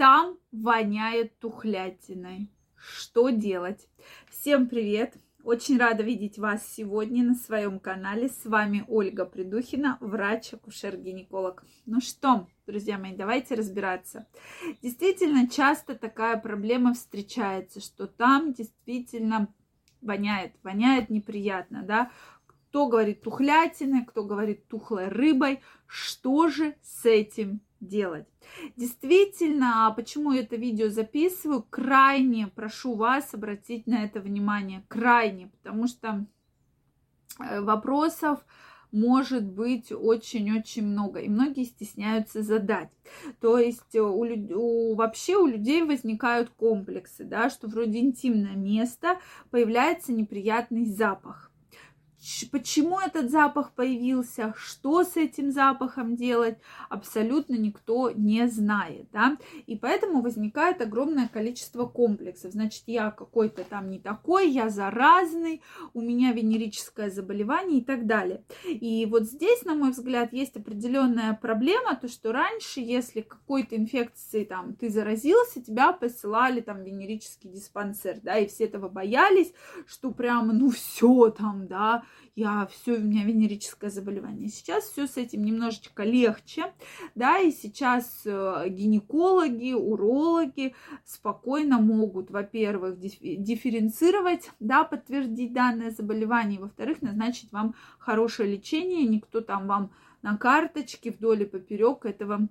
там воняет тухлятиной. Что делать? Всем привет! Очень рада видеть вас сегодня на своем канале. С вами Ольга Придухина, врач-акушер-гинеколог. Ну что, друзья мои, давайте разбираться. Действительно, часто такая проблема встречается, что там действительно воняет неприятно, да? Кто говорит тухлятиной, кто говорит тухлой рыбой. Что же с этим делать? Действительно, почему я это видео записываю, крайне прошу вас обратить на это внимание. Крайне, потому что вопросов может быть очень-очень много, и многие стесняются задать. То есть вообще у людей возникают комплексы, да, что вроде интимное место, появляется неприятный запах. Почему этот запах появился, что с этим запахом делать, абсолютно никто не знает, да, и поэтому возникает огромное количество комплексов. Значит, я какой-то там не такой, я заразный, у меня венерическое заболевание и так далее. И вот здесь, на мой взгляд, есть определенная проблема, то что раньше, если какой-то инфекцией там ты заразился, тебя посылали там в венерический диспансер, да, и все этого боялись, что прямо, ну все там, да, у меня венерическое заболевание. Сейчас все с этим немножечко легче, да, и сейчас гинекологи, урологи спокойно могут, во-первых, дифференцировать, да, подтвердить данное заболевание, и, во-вторых, назначить вам хорошее лечение, никто там вам на карточке вдоль и поперек этого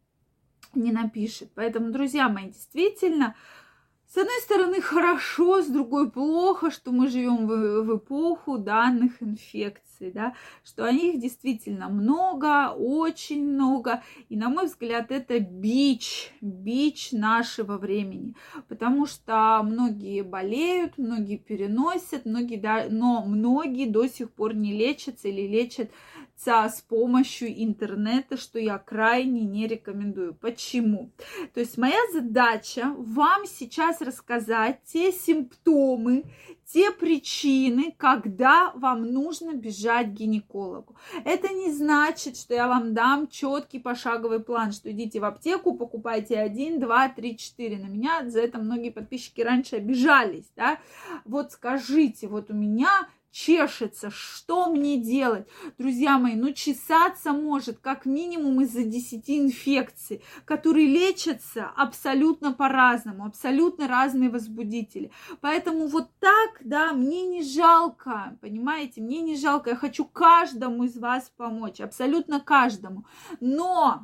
не напишет. Поэтому, друзья мои, действительно, с одной стороны, хорошо, с другой плохо, что мы живем в эпоху данных инфекций, да, что их действительно много, очень много, и, на мой взгляд, это бич нашего времени, потому что многие болеют, многие переносят, но многие до сих пор не лечатся или лечатся с помощью интернета, что я крайне не рекомендую. Почему? То есть моя задача вам сейчас рассказать те симптомы, те причины, когда вам нужно бежать к гинекологу. Это не значит, что я вам дам четкий пошаговый план, что идите в аптеку, покупайте 1, 2, 3, 4. На меня за это многие подписчики раньше обижались, да. Вот скажите, вот у меня чешется, что мне делать? Друзья мои, чесаться может как минимум из-за 10 инфекций, которые лечатся абсолютно по-разному, абсолютно разные возбудители. Поэтому вот так, да, мне не жалко, понимаете, мне не жалко, я хочу каждому из вас помочь, абсолютно каждому, но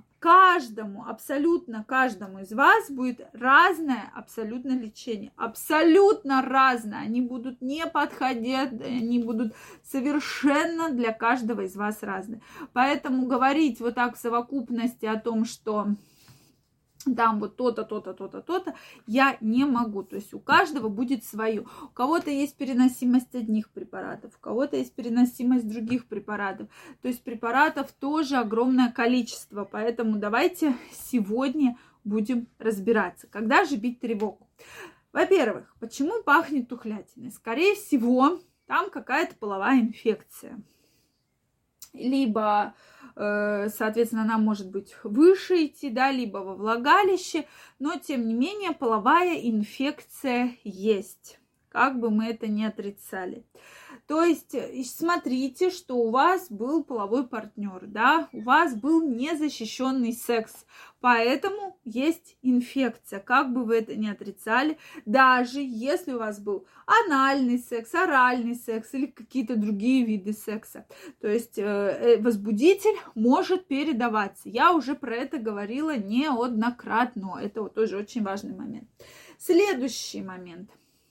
абсолютно каждому из вас будет разное абсолютно лечение. Абсолютно разное. Они будут не подходить, они будут совершенно для каждого из вас разные. Поэтому говорить вот так в совокупности о том, что там вот то-то, я не могу. То есть у каждого будет свое. У кого-то есть переносимость одних препаратов, у кого-то есть переносимость других препаратов. То есть препаратов тоже огромное количество. Поэтому давайте сегодня будем разбираться. Когда же бить тревогу? Во-первых, почему пахнет тухлятиной? Скорее всего, там какая-то половая инфекция. Либо, соответственно, она может быть выше идти, да, либо во влагалище, но, тем не менее, половая инфекция есть, как бы мы это ни отрицали. То есть, смотрите, что у вас был половой партнер, да, у вас был незащищенный секс, поэтому есть инфекция, как бы вы это ни отрицали, даже если у вас был анальный секс, оральный секс или какие-то другие виды секса. То есть, возбудитель может передаваться. Я уже про это говорила неоднократно, это вот тоже очень важный момент. Следующий момент,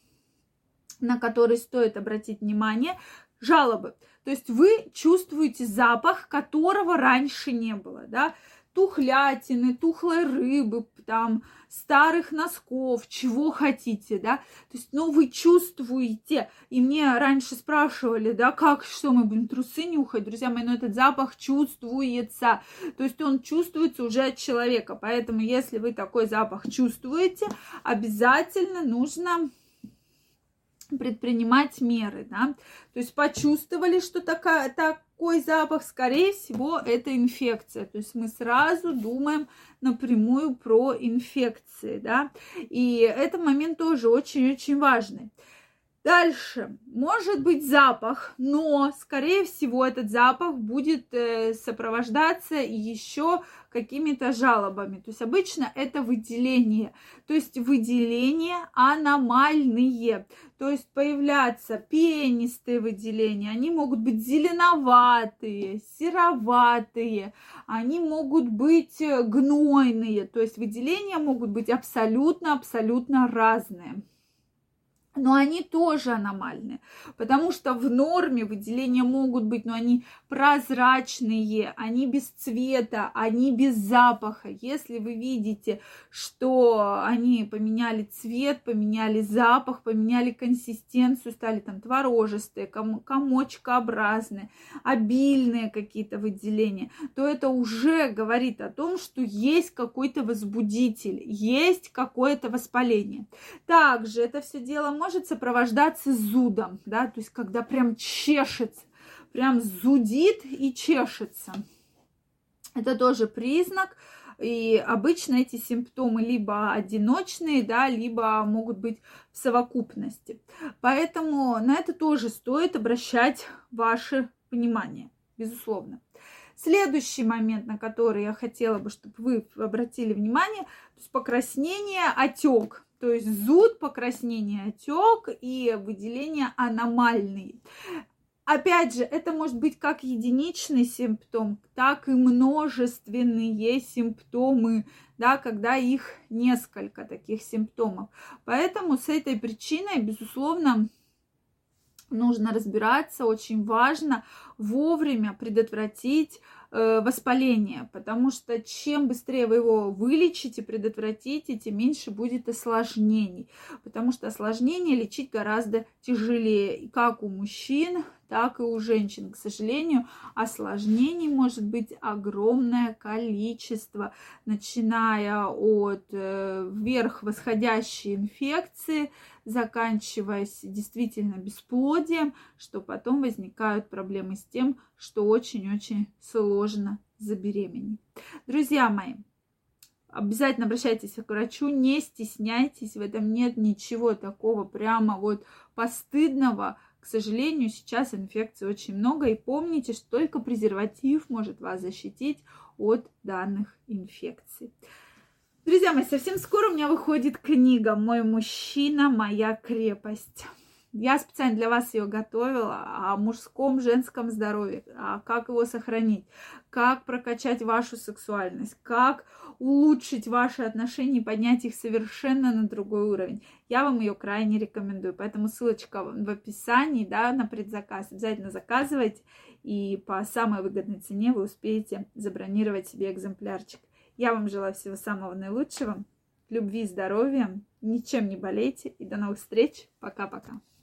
на который стоит обратить внимание, жалобы. То есть вы чувствуете запах, которого раньше не было, да, тухлятины, тухлой рыбы, там, старых носков, чего хотите, да, то есть, вы чувствуете, и мне раньше спрашивали, да, что мы будем трусы нюхать, друзья мои, этот запах чувствуется, то есть он чувствуется уже от человека, поэтому если вы такой запах чувствуете, обязательно нужно предпринимать меры, да, то есть почувствовали, что какой запах? Скорее всего, это инфекция. То есть мы сразу думаем напрямую про инфекции, да. И этот момент тоже очень-очень важный. Дальше, может быть запах, но, скорее всего, этот запах будет сопровождаться еще какими-то жалобами. То есть обычно это выделение. То есть выделения аномальные. То есть появляются пенистые выделения. Они могут быть зеленоватые, сероватые. Они могут быть гнойные. То есть выделения могут быть абсолютно разные. Но они тоже аномальные, потому что в норме выделения могут быть, но они прозрачные, они без цвета, они без запаха. Если вы видите, что они поменяли цвет, поменяли запах, поменяли консистенцию, стали там творожистые, комочкообразные, обильные какие-то выделения, то это уже говорит о том, что есть какой-то возбудитель, есть какое-то воспаление. Также это все дело может сопровождаться зудом, да, то есть когда прям чешется, прям зудит и чешется. Это тоже признак, и обычно эти симптомы либо одиночные, да, либо могут быть в совокупности. Поэтому на это тоже стоит обращать ваше внимание, безусловно. Следующий момент, на который я хотела бы, чтобы вы обратили внимание, то есть покраснение, отек. То есть зуд, покраснение, отек и выделение аномальные. Опять же, это может быть как единичный симптом, так и множественные симптомы, да, когда их несколько таких симптомов. Поэтому с этой причиной, безусловно, нужно разбираться, очень важно вовремя предотвратить воспаление, потому что чем быстрее вы его вылечите, предотвратите, тем меньше будет осложнений, потому что осложнения лечить гораздо тяжелее, как у мужчин, так и у женщин. К сожалению, осложнений может быть огромное количество, начиная от вверх восходящей инфекции, заканчиваясь действительно бесплодием, что потом возникают проблемы с тем, что очень-очень сложно забеременеть. Друзья мои, обязательно обращайтесь к врачу, не стесняйтесь, в этом нет ничего такого прямо вот постыдного. К сожалению, сейчас инфекций очень много, и помните, что только презерватив может вас защитить от данных инфекций. Друзья мои, совсем скоро у меня выходит книга «Мой мужчина, моя крепость». Я специально для вас ее готовила о мужском, женском здоровье, как его сохранить, как прокачать вашу сексуальность, как улучшить ваши отношения и поднять их совершенно на другой уровень. Я вам ее крайне рекомендую, поэтому ссылочка в описании, да, на предзаказ. Обязательно заказывайте, и по самой выгодной цене вы успеете забронировать себе экземплярчик. Я вам желаю всего самого наилучшего, любви, здоровья, ничем не болейте и до новых встреч. Пока-пока.